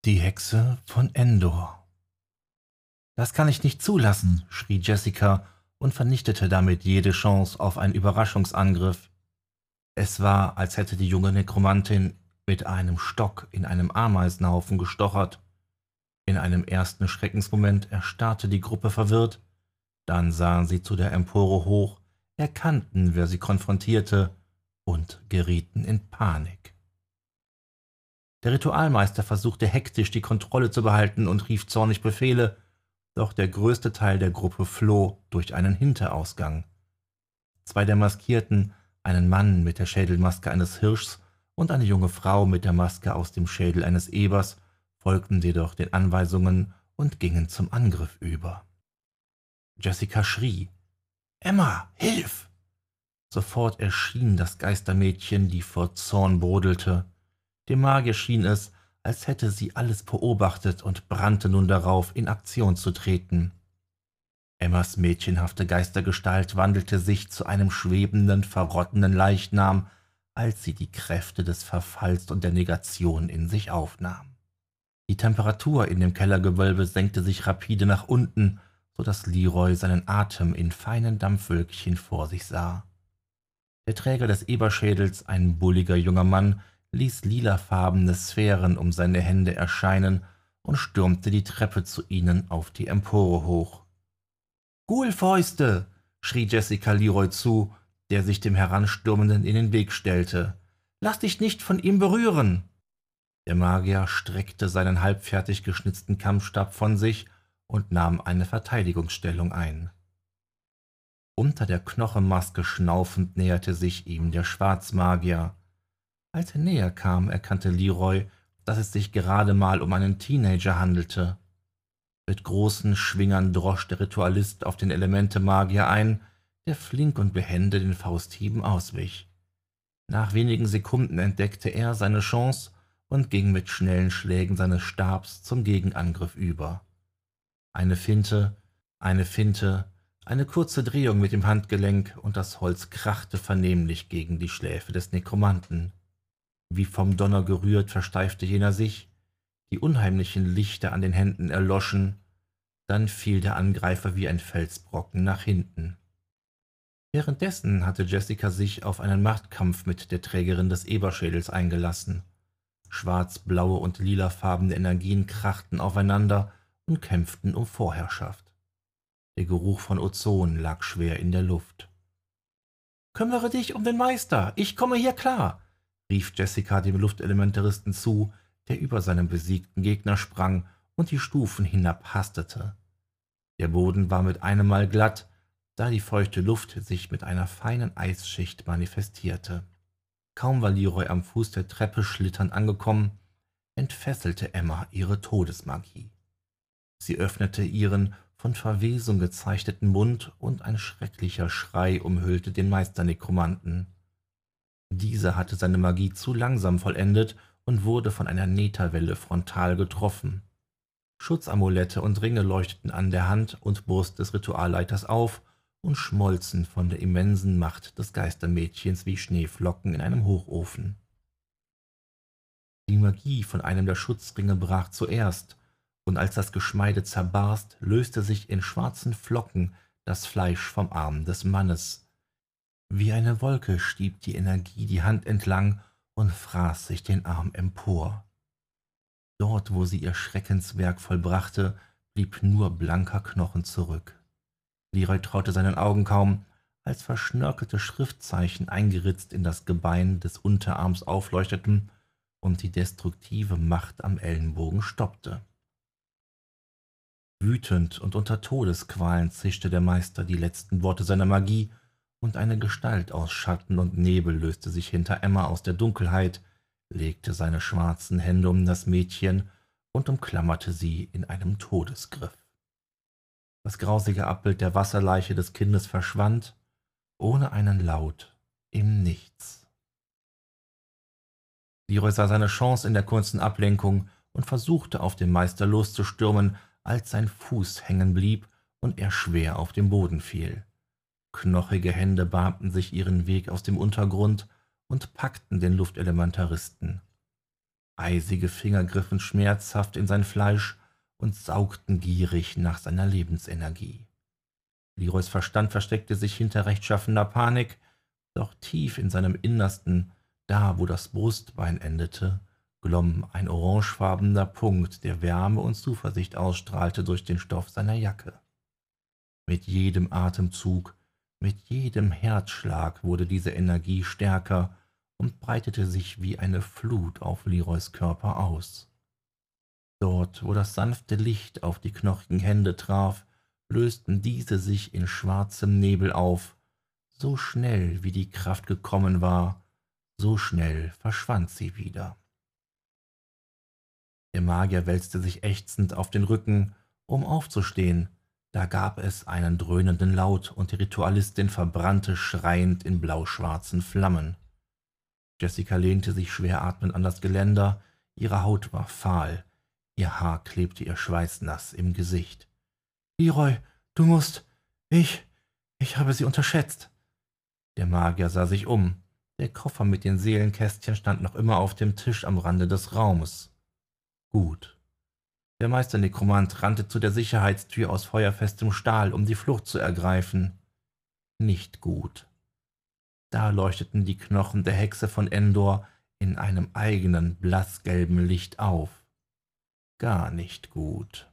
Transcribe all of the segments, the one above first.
Die Hexe von Endor. »Das kann ich nicht zulassen«, schrie Jessica und vernichtete damit jede Chance auf einen Überraschungsangriff. Es war, als hätte die junge Nekromantin mit einem Stock in einem Ameisenhaufen gestochert. In einem ersten Schreckensmoment erstarrte die Gruppe verwirrt, dann sahen sie zu der Empore hoch, erkannten, wer sie konfrontierte, und gerieten in Panik. Der Ritualmeister versuchte hektisch die Kontrolle zu behalten und rief zornig Befehle, doch der größte Teil der Gruppe floh durch einen Hinterausgang. Zwei der Maskierten, einen Mann mit der Schädelmaske eines Hirschs und eine junge Frau mit der Maske aus dem Schädel eines Ebers, folgten jedoch den Anweisungen und gingen zum Angriff über. Jessica schrie: »Emma, hilf!« Sofort erschien das Geistermädchen, die vor Zorn brodelte. Dem Magier schien es, als hätte sie alles beobachtet und brannte nun darauf, in Aktion zu treten. Emmas mädchenhafte Geistergestalt wandelte sich zu einem schwebenden, verrottenden Leichnam, als sie die Kräfte des Verfalls und der Negation in sich aufnahm. Die Temperatur in dem Kellergewölbe senkte sich rapide nach unten, so dass Leroy seinen Atem in feinen Dampfwölkchen vor sich sah. Der Träger des Eberschädels, ein bulliger junger Mann, ließ lilafarbene Sphären um seine Hände erscheinen und stürmte die Treppe zu ihnen auf die Empore hoch. »Ghoulfäuste«, schrie Jessica Leroy zu, der sich dem Heranstürmenden in den Weg stellte. »Lass dich nicht von ihm berühren!« Der Magier streckte seinen halbfertig geschnitzten Kampfstab von sich und nahm eine Verteidigungsstellung ein. Unter der Knochenmaske schnaufend näherte sich ihm der Schwarzmagier. Als er näher kam, erkannte Leroy, dass es sich gerade mal um einen Teenager handelte. Mit großen Schwingern drosch der Ritualist auf den Elemente-Magier ein, der flink und behende den Fausthieben auswich. Nach wenigen Sekunden entdeckte er seine Chance und ging mit schnellen Schlägen seines Stabs zum Gegenangriff über. Eine Finte, eine kurze Drehung mit dem Handgelenk und das Holz krachte vernehmlich gegen die Schläfe des Nekromanten. Wie vom Donner gerührt, versteifte jener sich, die unheimlichen Lichter an den Händen erloschen, dann fiel der Angreifer wie ein Felsbrocken nach hinten. Währenddessen hatte Jessica sich auf einen Machtkampf mit der Trägerin des Eberschädels eingelassen. Schwarz-blaue und lilafarbene Energien krachten aufeinander und kämpften um Vorherrschaft. Der Geruch von Ozon lag schwer in der Luft. »Kümmere dich um den Meister, ich komme hier klar«, rief Jessica dem Luftelementaristen zu, der über seinen besiegten Gegner sprang und die Stufen hinabhastete. Der Boden war mit einem Mal glatt, da die feuchte Luft sich mit einer feinen Eisschicht manifestierte. Kaum war Leroy am Fuß der Treppe schlitternd angekommen, entfesselte Emma ihre Todesmagie. Sie öffnete ihren von Verwesung gezeichneten Mund und ein schrecklicher Schrei umhüllte den Meisternekromanten. Dieser hatte seine Magie zu langsam vollendet und wurde von einer Netherwelle frontal getroffen. Schutzamulette und Ringe leuchteten an der Hand und Brust des Ritualleiters auf und schmolzen von der immensen Macht des Geistermädchens wie Schneeflocken in einem Hochofen. Die Magie von einem der Schutzringe brach zuerst, und als das Geschmeide zerbarst, löste sich in schwarzen Flocken das Fleisch vom Arm des Mannes. Wie eine Wolke stieb die Energie die Hand entlang und fraß sich den Arm empor. Dort, wo sie ihr Schreckenswerk vollbrachte, blieb nur blanker Knochen zurück. Leroy traute seinen Augen kaum, als verschnörkelte Schriftzeichen eingeritzt in das Gebein des Unterarms aufleuchteten und die destruktive Macht am Ellenbogen stoppte. Wütend und unter Todesqualen zischte der Meister die letzten Worte seiner Magie, und eine Gestalt aus Schatten und Nebel löste sich hinter Emma aus der Dunkelheit, legte seine schwarzen Hände um das Mädchen und umklammerte sie in einem Todesgriff. Das grausige Abbild der Wasserleiche des Kindes verschwand, ohne einen Laut, im Nichts. Leroy sah seine Chance in der kurzen Ablenkung und versuchte, auf den Meister loszustürmen, als sein Fuß hängen blieb und er schwer auf den Boden fiel. Knochige Hände bahmten sich ihren Weg aus dem Untergrund und packten den Luftelementaristen. Eisige Finger griffen schmerzhaft in sein Fleisch und saugten gierig nach seiner Lebensenergie. Leroys Verstand versteckte sich hinter rechtschaffener Panik, doch tief in seinem Innersten, da wo das Brustbein endete, glomm ein orangefarbener Punkt, der Wärme und Zuversicht ausstrahlte durch den Stoff seiner Jacke. Mit jedem Atemzug, mit jedem Herzschlag wurde diese Energie stärker und breitete sich wie eine Flut auf Leroys Körper aus. Dort, wo das sanfte Licht auf die knochigen Hände traf, lösten diese sich in schwarzem Nebel auf. So schnell, wie die Kraft gekommen war, so schnell verschwand sie wieder. Der Magier wälzte sich ächzend auf den Rücken, um aufzustehen. Da gab es einen dröhnenden Laut, und die Ritualistin verbrannte schreiend in blauschwarzen Flammen. Jessica lehnte sich schwer atmend an das Geländer, ihre Haut war fahl, ihr Haar klebte ihr schweißnass im Gesicht. »Leroy, du musst... Ich habe sie unterschätzt.« Der Magier sah sich um. Der Koffer mit den Seelenkästchen stand noch immer auf dem Tisch am Rande des Raumes. Gut. Der Meister Nekromant rannte zu der Sicherheitstür aus feuerfestem Stahl, um die Flucht zu ergreifen. Nicht gut. Da leuchteten die Knochen der Hexe von Endor in einem eigenen blassgelben Licht auf. Gar nicht gut.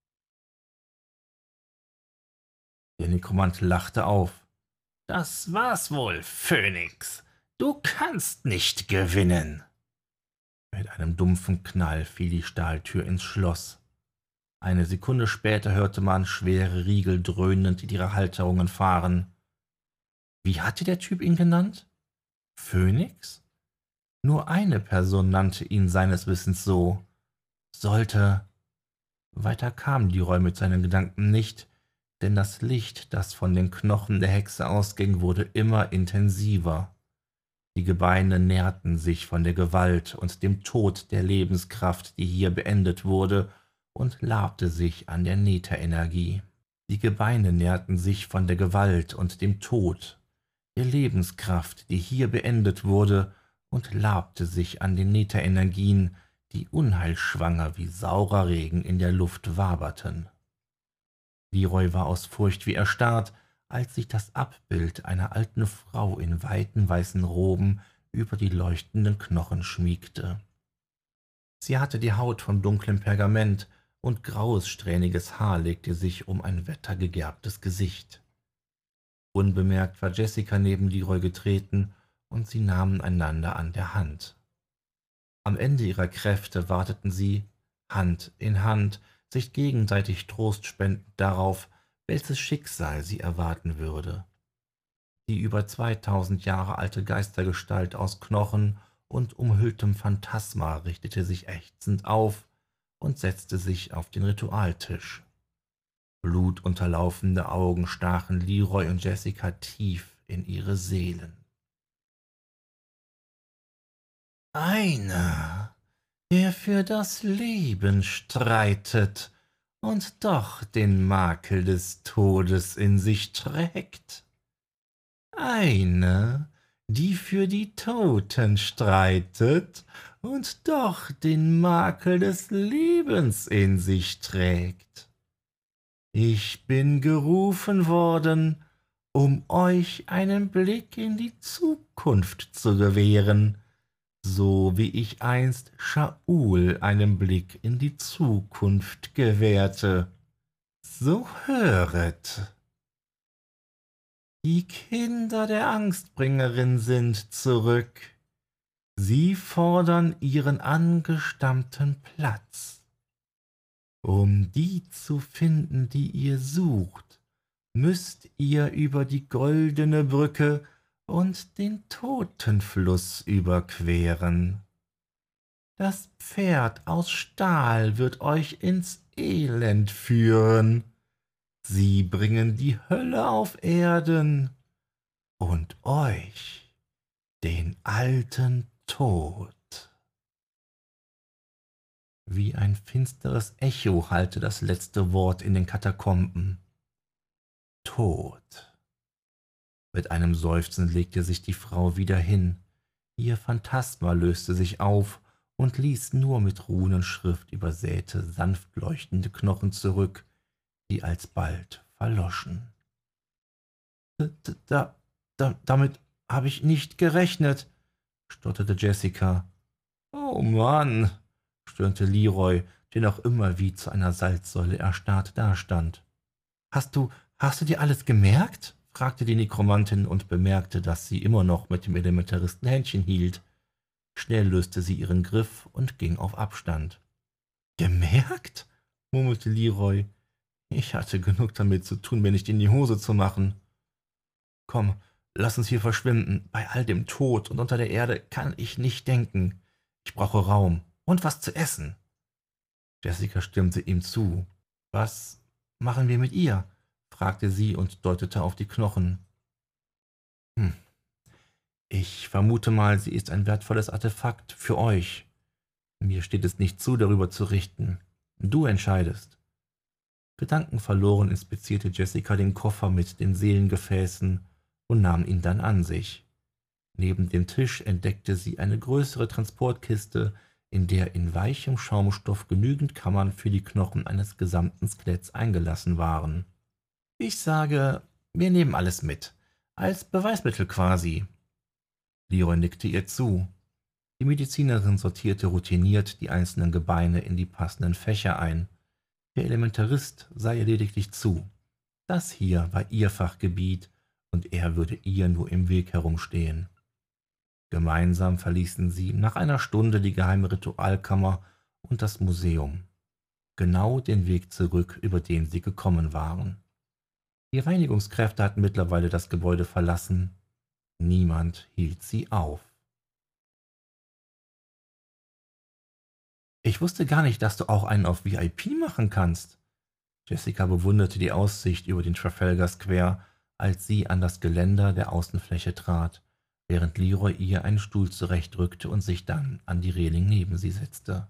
Der Nekromant lachte auf. »Das war's wohl, Phönix. Du kannst nicht gewinnen.« Mit einem dumpfen Knall fiel die Stahltür ins Schloss. Eine Sekunde später hörte man schwere Riegel dröhnend in ihre Halterungen fahren. Wie hatte der Typ ihn genannt? Phönix? Nur eine Person nannte ihn seines Wissens so. Sollte... Weiter kam Leroy mit seinen Gedanken nicht, denn das Licht, das von den Knochen der Hexe ausging, wurde immer intensiver. Die Gebeine nährten sich von der Gewalt und dem Tod der Lebenskraft, die hier beendet wurde, und labte sich an der Neterenergie. Die Gebeine nährten sich von der Gewalt und dem Tod der Lebenskraft, die hier beendet wurde, und labte sich an den Neterenergien, die unheilschwanger wie saurer Regen in der Luft waberten. Leroy war aus Furcht wie erstarrt, als sich das Abbild einer alten Frau in weiten weißen Roben über die leuchtenden Knochen schmiegte. Sie hatte die Haut von dunklem Pergament, und graues, strähniges Haar legte sich um ein wettergegerbtes Gesicht. Unbemerkt war Jessica neben Leroy getreten, und sie nahmen einander an der Hand. Am Ende ihrer Kräfte warteten sie, Hand in Hand, sich gegenseitig Trost spendend darauf, welches Schicksal sie erwarten würde. Die über 2000 Jahre alte Geistergestalt aus Knochen und umhülltem Phantasma richtete sich ächzend auf und setzte sich auf den Ritualtisch. Blutunterlaufende Augen stachen Leroy und Jessica tief in ihre Seelen. Einer, der für das Leben streitet und doch den Makel des Todes in sich trägt. Eine, die für die Toten streitet und doch den Makel des Lebens in sich trägt. Ich bin gerufen worden, um euch einen Blick in die Zukunft zu gewähren, so wie ich einst Shaul einen Blick in die Zukunft gewährte. So höret! Die Kinder der Angstbringerin sind zurück. Sie fordern ihren angestammten Platz. Um die zu finden, die ihr sucht, müsst ihr über die goldene Brücke und den Totenfluss überqueren. Das Pferd aus Stahl wird euch ins Elend führen. Sie bringen die Hölle auf Erden und euch den alten Tod. Wie ein finsteres Echo hallte das letzte Wort in den Katakomben. Tod. Mit einem Seufzen legte sich die Frau wieder hin. Ihr Phantasma löste sich auf und ließ nur mit Runenschrift übersäte, sanft leuchtende Knochen zurück, die alsbald verloschen. Damit habe ich nicht gerechnet«, stotterte Jessica. »Oh Mann«, stöhnte Leroy, der noch immer wie zu einer Salzsäule erstarrt dastand. »Hast du dir alles gemerkt?«, fragte die Nekromantin und bemerkte, dass sie immer noch mit dem Elementaristen Händchen hielt. Schnell löste sie ihren Griff und ging auf Abstand. »Gemerkt?«, murmelte Leroy. »Ich hatte genug damit zu tun, mir nicht in die Hose zu machen. Komm, lass uns hier verschwinden. Bei all dem Tod und unter der Erde kann ich nicht denken. Ich brauche Raum und was zu essen.« Jessica stimmte ihm zu. »Was machen wir mit ihr?«, fragte sie und deutete auf die Knochen. Ich vermute mal, sie ist ein wertvolles Artefakt für euch. Mir steht es nicht zu, darüber zu richten. Du entscheidest.« Gedankenverloren inspizierte Jessica den Koffer mit den Seelengefäßen und nahm ihn dann an sich. Neben dem Tisch entdeckte sie eine größere Transportkiste, in der in weichem Schaumstoff genügend Kammern für die Knochen eines gesamten Skeletts eingelassen waren. »Ich sage, wir nehmen alles mit. Als Beweismittel quasi.« Leroy nickte ihr zu. Die Medizinerin sortierte routiniert die einzelnen Gebeine in die passenden Fächer ein. Der Elementarist sah ihr lediglich zu. Das hier war ihr Fachgebiet, und er würde ihr nur im Weg herumstehen. Gemeinsam verließen sie nach einer Stunde die geheime Ritualkammer und das Museum. Genau den Weg zurück, über den sie gekommen waren. Die Reinigungskräfte hatten mittlerweile das Gebäude verlassen. Niemand hielt sie auf. »Ich wusste gar nicht, dass du auch einen auf VIP machen kannst.« Jessica bewunderte die Aussicht über den Trafalgar Square, als sie an das Geländer der Außenfläche trat, während Leroy ihr einen Stuhl zurechtrückte und sich dann an die Reling neben sie setzte.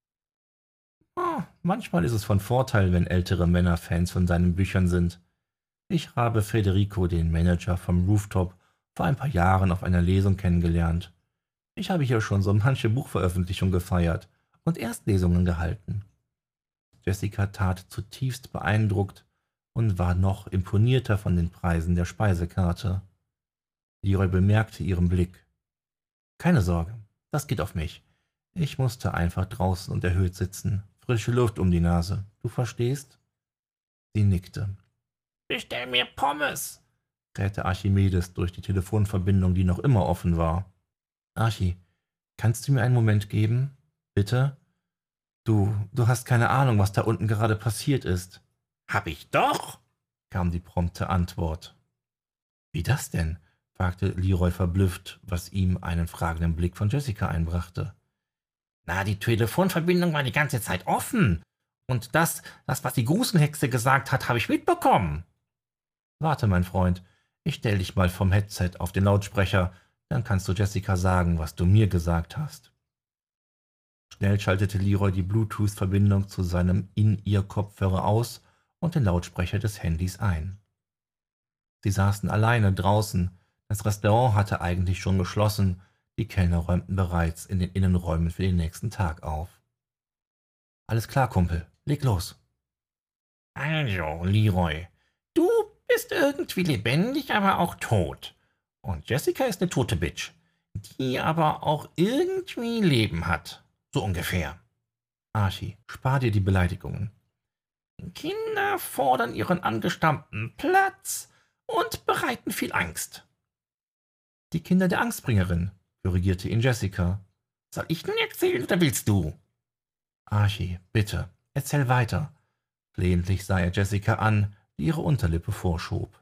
Manchmal ist es von Vorteil, wenn ältere Männer Fans von seinen Büchern sind. Ich habe Federico, den Manager vom Rooftop, vor ein paar Jahren auf einer Lesung kennengelernt. Ich habe hier schon so manche Buchveröffentlichung gefeiert und Erstlesungen gehalten.« Jessica tat zutiefst beeindruckt und war noch imponierter von den Preisen der Speisekarte. Leroy bemerkte ihren Blick. »Keine Sorge, das geht auf mich. Ich musste einfach draußen und erhöht sitzen, frische Luft um die Nase. Du verstehst?« Sie nickte. »Bestell mir Pommes«, krähte Archimedes durch die Telefonverbindung, die noch immer offen war. »Archi, kannst du mir einen Moment geben? Bitte? Du hast keine Ahnung, was da unten gerade passiert ist.« »Hab ich doch«, kam die prompte Antwort. »Wie das denn?«, fragte Leroy verblüfft, was ihm einen fragenden Blick von Jessica einbrachte. »Na, die Telefonverbindung war die ganze Zeit offen. Und das, was die Gruselhexe gesagt hat, habe ich mitbekommen.« »Warte, mein Freund, ich stell dich mal vom Headset auf den Lautsprecher, dann kannst du Jessica sagen, was du mir gesagt hast.« Schnell schaltete Leroy die Bluetooth-Verbindung zu seinem In-Ear-Kopfhörer aus und den Lautsprecher des Handys ein. Sie saßen alleine draußen. Das Restaurant hatte eigentlich schon geschlossen. Die Kellner räumten bereits in den Innenräumen für den nächsten Tag auf. »Alles klar, Kumpel. Leg los.« »Also, Leroy, du bist irgendwie lebendig, aber auch tot. Und Jessica ist eine tote Bitch, die aber auch irgendwie Leben hat. So ungefähr.« »Archi, spar dir die Beleidigungen.« »Kinder fordern ihren angestammten Platz und bereiten viel Angst.« »Die Kinder der Angstbringerin«, korrigierte ihn Jessica. »Soll ich nun erzählen oder willst du?« »Archi, bitte, erzähl weiter.« Flehentlich sah er Jessica an, die ihre Unterlippe vorschob.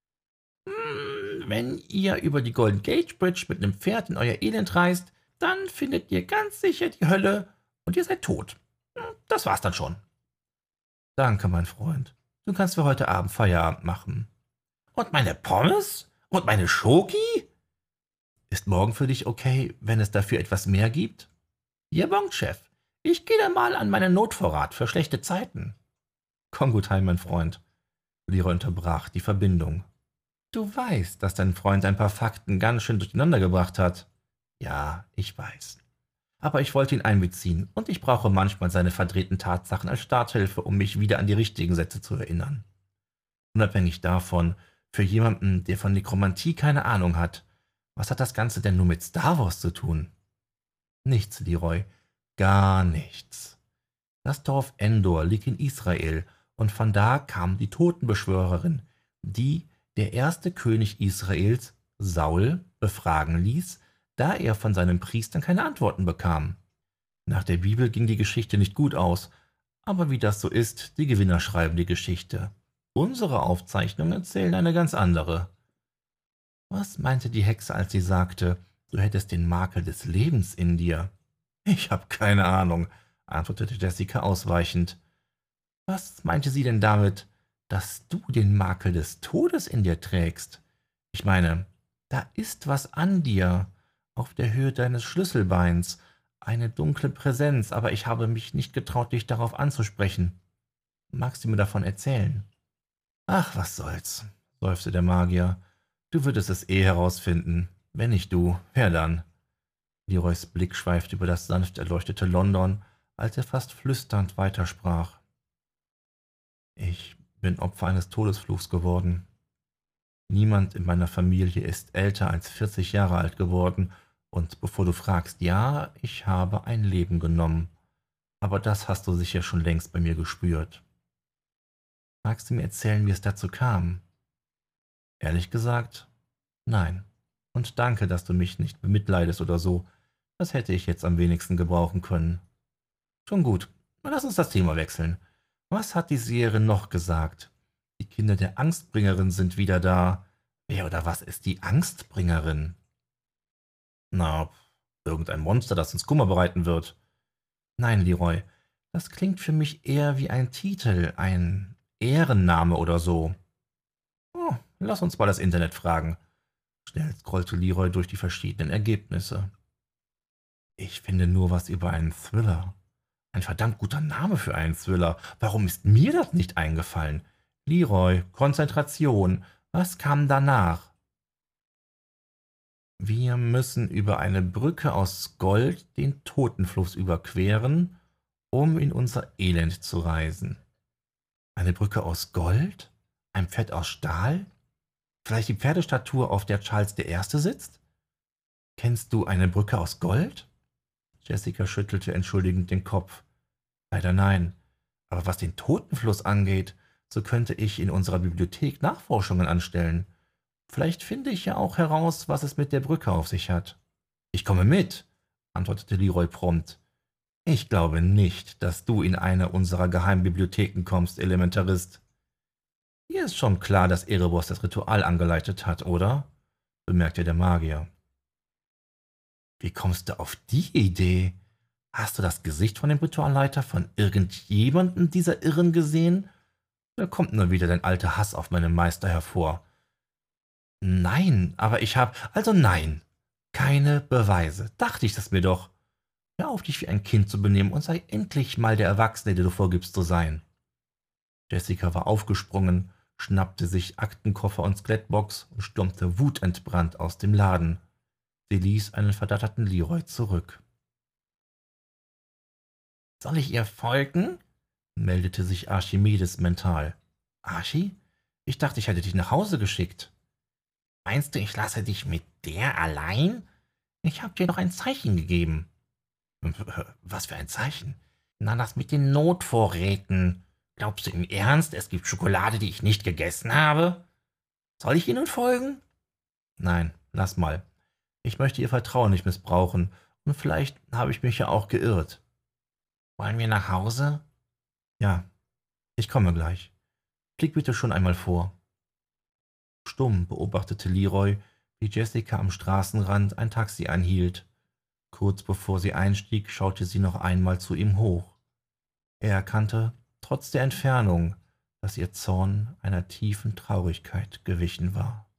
»Wenn ihr über die Golden Gate Bridge mit einem Pferd in euer Elend reist, dann findet ihr ganz sicher die Hölle und ihr seid tot. Das war's dann schon.« »Danke, mein Freund. Du kannst für heute Abend Feierabend machen.« »Und meine Pommes? Und meine Schoki?« »Ist morgen für dich okay, wenn es dafür etwas mehr gibt?« »Ja, bon, Chef. Ich gehe dann mal an meinen Notvorrat für schlechte Zeiten.« »Komm gut heim, mein Freund.« Leroy unterbrach die Verbindung. »Du weißt, dass dein Freund ein paar Fakten ganz schön durcheinander gebracht hat.« »Ja, ich weiß. aber ich wollte ihn einbeziehen und ich brauche manchmal seine verdrehten Tatsachen als Starthilfe, um mich wieder an die richtigen Sätze zu erinnern. Unabhängig davon, für jemanden, der von Nekromantie keine Ahnung hat, was hat das Ganze denn nur mit Star Wars zu tun? Nichts, Leroy, gar nichts. Das Dorf Endor liegt in Israel und von da kam die Totenbeschwörerin, die der erste König Israels, Saul, befragen ließ, da er von seinen Priestern keine Antworten bekam. Nach der Bibel ging die Geschichte nicht gut aus, aber wie das so ist, die Gewinner schreiben die Geschichte. Unsere Aufzeichnungen erzählen eine ganz andere. Was meinte die Hexe, als sie sagte, du hättest den Makel des Lebens in dir? Ich habe keine Ahnung, antwortete Jessica ausweichend. Was meinte sie denn damit, dass du den Makel des Todes in dir trägst? Ich meine, da ist was an dir, auf der Höhe deines Schlüsselbeins, eine dunkle Präsenz, aber ich habe mich nicht getraut, dich darauf anzusprechen. Magst du mir davon erzählen? Ach, was soll's, seufzte der Magier. Du würdest es eh herausfinden. Wenn nicht du, wer dann? Leroys Blick schweifte über das sanft erleuchtete London, als er fast flüsternd weitersprach. Ich bin Opfer eines Todesfluchs geworden. Niemand in meiner Familie ist älter als 40 Jahre alt geworden, und bevor du fragst, ja, ich habe ein Leben genommen. Aber das hast du sicher schon längst bei mir gespürt. Magst du mir erzählen, wie es dazu kam? Ehrlich gesagt, nein. Und danke, dass du mich nicht bemitleidest oder so. Das hätte ich jetzt am wenigsten gebrauchen können. Schon gut, lass uns das Thema wechseln. Was hat die Seherin noch gesagt? Die Kinder der Angstbringerin sind wieder da. Wer oder was ist die Angstbringerin? Na, irgendein Monster, das uns Kummer bereiten wird. Nein, Leroy, das klingt für mich eher wie ein Titel, ein Ehrenname oder so. Oh, lass uns mal das Internet fragen. Schnell scrollte Leroy durch die verschiedenen Ergebnisse. Ich finde nur was über einen Thriller. Ein verdammt guter Name für einen Thriller. Warum ist mir das nicht eingefallen? Leroy, Konzentration. Was kam danach? Wir müssen über eine Brücke aus Gold den Totenfluss überqueren, um in unser Elend zu reisen. Eine Brücke aus Gold? Ein Pferd aus Stahl? Vielleicht die Pferdestatue, auf der Charles I. sitzt? Kennst du eine Brücke aus Gold? Jessica schüttelte entschuldigend den Kopf. Leider nein. Aber was den Totenfluss angeht, so könnte ich in unserer Bibliothek Nachforschungen anstellen. Vielleicht finde ich ja auch heraus, was es mit der Brücke auf sich hat. Ich komme mit, antwortete Leroy prompt. Ich glaube nicht, dass du in eine unserer Geheimbibliotheken kommst, Elementarist. Dir ist schon klar, dass Erebos das Ritual angeleitet hat, oder? Bemerkte der Magier. Wie kommst du auf die Idee? Hast du das Gesicht von dem Ritualleiter von irgendjemandem dieser Irren gesehen? Da kommt nur wieder dein alter Hass auf meinen Meister hervor. Nein, aber ich habe... Also nein, keine Beweise. Dachte ich das mir doch. Hör auf, dich wie ein Kind zu benehmen und sei endlich mal der Erwachsene, der du vorgibst zu sein. Jessica war aufgesprungen, schnappte sich Aktenkoffer und Skelettbox und stürmte wutentbrannt aus dem Laden. Sie ließ einen verdatterten Leroy zurück. »Soll ich ihr folgen?« meldete sich Archimedes mental. »Archi? Ich dachte, ich hätte dich nach Hause geschickt.« »Meinst du, ich lasse dich mit der allein? Ich habe dir doch ein Zeichen gegeben.« »Was für ein Zeichen?« »Na, das mit den Notvorräten. Glaubst du im Ernst, es gibt Schokolade, die ich nicht gegessen habe? Soll ich ihnen folgen?« »Nein, lass mal. Ich möchte ihr Vertrauen nicht missbrauchen, und vielleicht habe ich mich ja auch geirrt.« »Wollen wir nach Hause?« »Ja, ich komme gleich. Blick bitte schon einmal vor.« Stumm beobachtete Leroy, wie Jessica am Straßenrand ein Taxi anhielt. Kurz bevor sie einstieg, schaute sie noch einmal zu ihm hoch. Er erkannte, trotz der Entfernung, dass ihr Zorn einer tiefen Traurigkeit gewichen war.